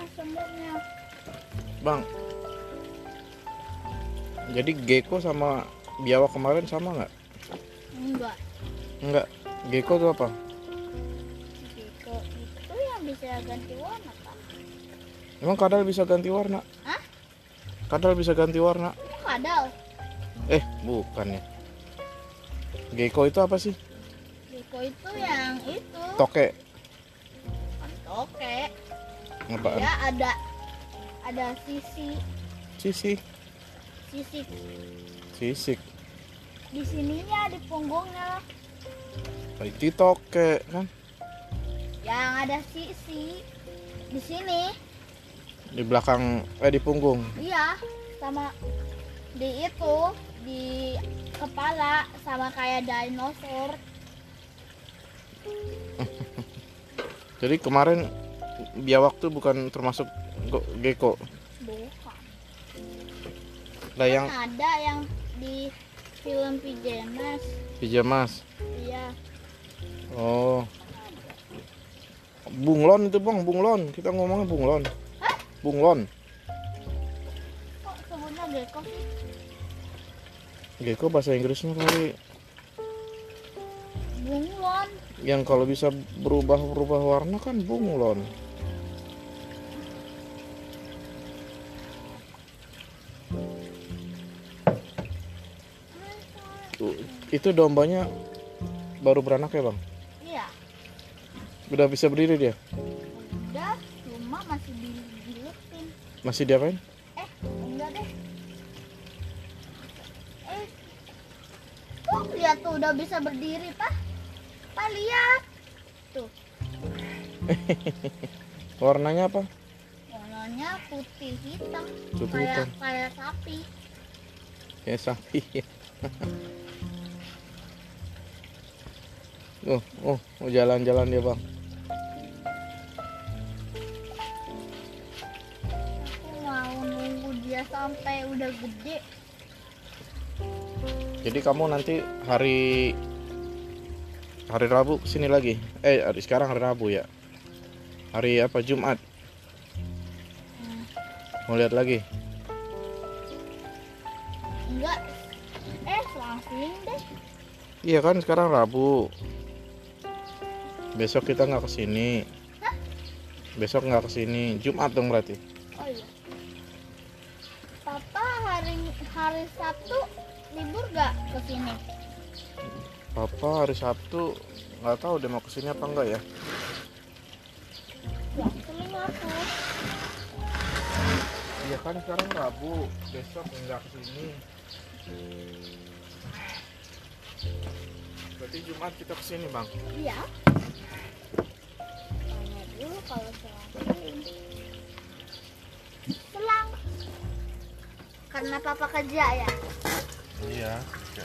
semutnya. Bang, jadi gecko sama biawak kemarin sama nggak? Enggak. Enggak. Gecko itu apa? Gecko itu yang bisa ganti warna kan? Emang kadal bisa ganti warna? Hah? Kadal bisa ganti warna? Kadal. Bukan ya. Gecko itu apa sih? Gecko itu yang itu. Toke. Oke. Apaan? Ya ada sisik. Sisik. Di sininya di punggungnya. Itu toke kan? Yang ada sisik di sini. Di belakang, di punggung. Iya, sama di itu di kepala sama kayak dinosaur. Jadi kemarin biawak tuh bukan termasuk gecko. Bukan. Lah yang Ada yang di film pijamas. Iya. Oh. Bunglon itu bang, bunglon. Kita ngomongnya bunglon. Hah? Bunglon. Kok sebutnya gecko sih? Gecko bahasa Inggrisnya kali. Bunglon. Yang kalau bisa berubah warna kan bunglon. Itu dombanya baru beranak ya bang? Iya. Udah bisa berdiri dia? Udah, cuma masih digiletin. Masih diapain? Enggak deh. Tuh lihat tuh udah bisa berdiri, Pak. Pak lihat. Tuh. Warnanya apa? Warnanya putih hitam. Putih hitam. Kayak sapi. Ya sapi. Mau jalan-jalan dia bang. Aku mau nunggu dia sampai udah gede. Jadi kamu nanti hari Rabu kesini lagi. Sekarang hari Rabu ya. Hari apa? Jumat. Mau lihat lagi? Enggak. Langsung deh. Iya kan sekarang Rabu. Besok kita nggak kesini. Hah? Besok nggak kesini. Jumat dong berarti. Oh iya. Papa hari Sabtu libur gak kesini? Papa hari Sabtu nggak tahu dia mau kesini apa enggak ya. Ya, seling aku. Iya kan sekarang Rabu. Besok nggak kesini. Berarti Jumat kita kesini bang. Iya. Tanya dulu kalau selang. Karena papa kerja ya. Iya.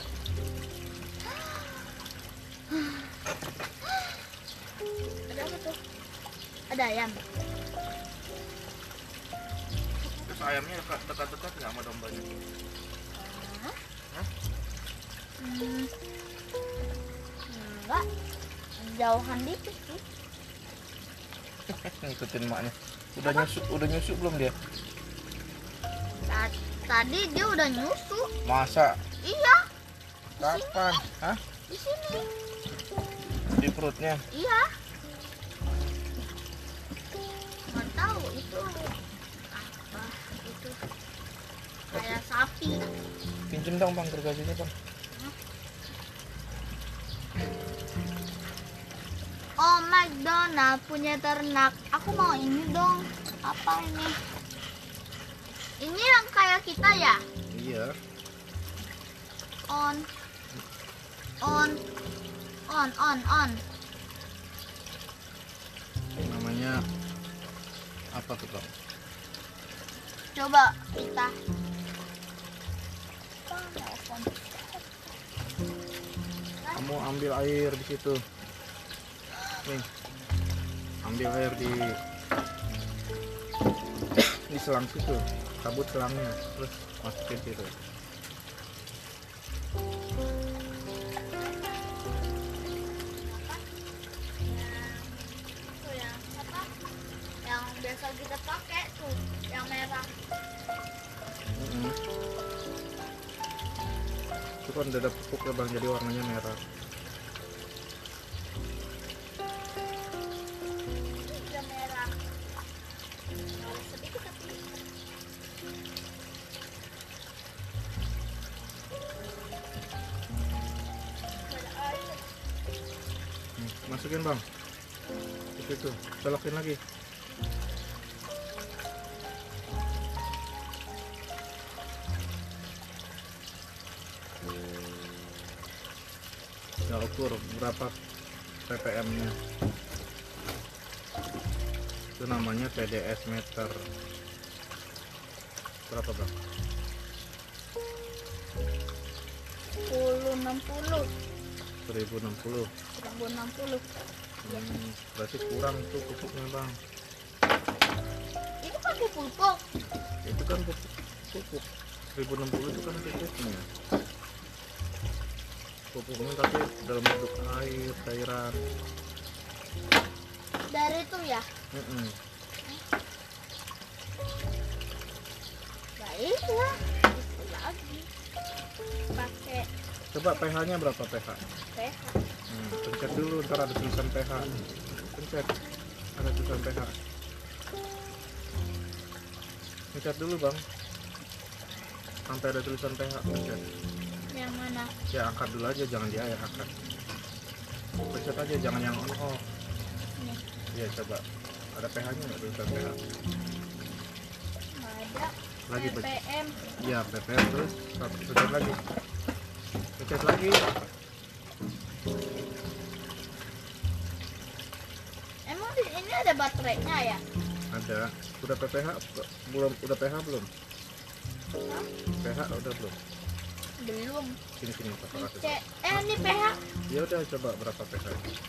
Ada apa tuh? Ada ayam. Terus ayamnya dekat-dekat nggak sama dombanya? Hah? Enggak. Jauhan dikit sih. Ngikutin maknya. Udah nyusu belum dia? Tadi dia udah nyusu. Masa? Iya. Kapan? Hah? Di sini. Di perutnya? Iya. Nggak tahu itu apa itu. Kayak sapi. Pinjem dong bang gergajinya bang. Oh, McDonald punya ternak. Aku mau ini dong. Apa ini? Ini yang kayak kita ya? Iya. On. Namanya apa tuh bang? Coba kita. Kamu ambil air di situ. Nih, ambil air di selang situ. Cabut selangnya, terus masukin situ. Yang biasa tinggal kita pakai tuh yang merah. Mm-mm. Itu kan udah ada pupuk ya bang, jadi warnanya merah. Ini udah merah. Merah sedikit tapi. Ada air. Masukin bang ke situ, colokin lagi. Ya ukur berapa ppm nya, itu namanya TDS meter. Berapa bang? 1060. 1060. 1060. Berarti kurang tuh pupuknya bang. Itu pakai pupuk. Itu kan pupuk 1060 itu kan pupuknya. Pupuknya tapi dalam bentuk air, cairan. Dari itu ya. Mm-mm. Baiklah. Itu lagi. Pakai Coba pH-nya berapa pH? pH. Pencet dulu, ntar ada tulisan pH. Pencet, ada tulisan pH. Pencet dulu bang, sampai ada tulisan pH. Pencet. Yang mana? Ya angkat dulu aja, jangan di air, angkat. Pencet aja, jangan yang on off. Ini. Iya coba, ada pH-nya nggak tulisan pH? Nggak ada. Lagi pencet. ppm. Iya ppm terus, pencet lagi. Pencet lagi. Emang di ini ada baterainya ya? Ada. Udah PPH belum? Udah pH belum? Hah? pH udah belum? Belum. Sini sini Papa kasih. Cek. Ini pH. Ya udah coba berapa pH?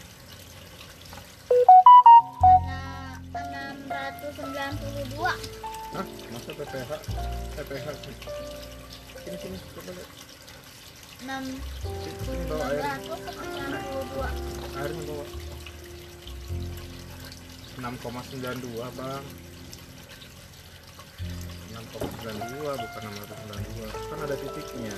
Nah, 692. Hah? Masa PPH? PPH sih. Sini sini coba lihat. 6 Sini bawa air. 692. Airnya bawa. 6,92 bang. 6,92 bukan 692. Kan ada titiknya.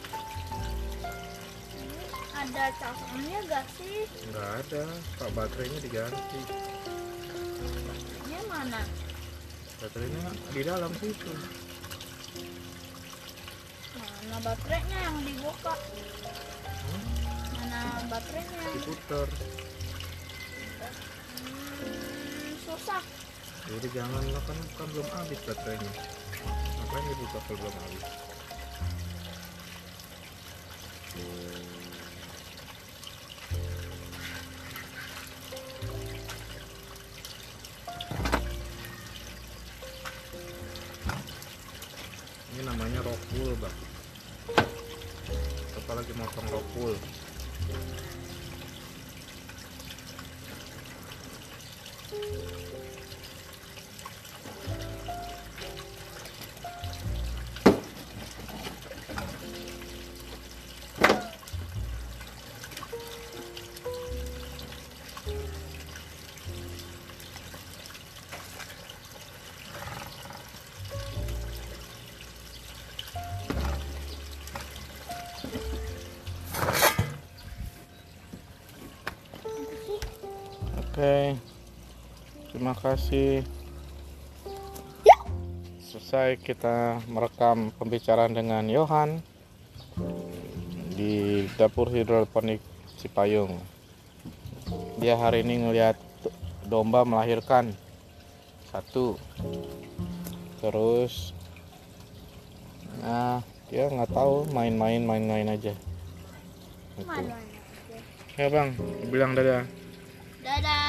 Ada cangkangnya gak sih? Enggak ada. Pak baterainya diganti. Ini mana? Baterainya di dalam situ. Mana baterainya yang dibuka? Hmm? Mana baterainya yang Diputer. susah? Jadi jangan lah, kan belum habis baterainya. Ngapain dibuka kalau belum habis? Ini namanya rockwool bang. Apalagi motong rockwool. Oke, terima kasih. Selesai kita merekam pembicaraan dengan Yohan di dapur hidroponik Cipayung. Dia hari ini ngelihat domba melahirkan satu, terus dia nggak tahu, main-main aja. Gitu. Mana? Ya bang, bilang dadah. Dadah.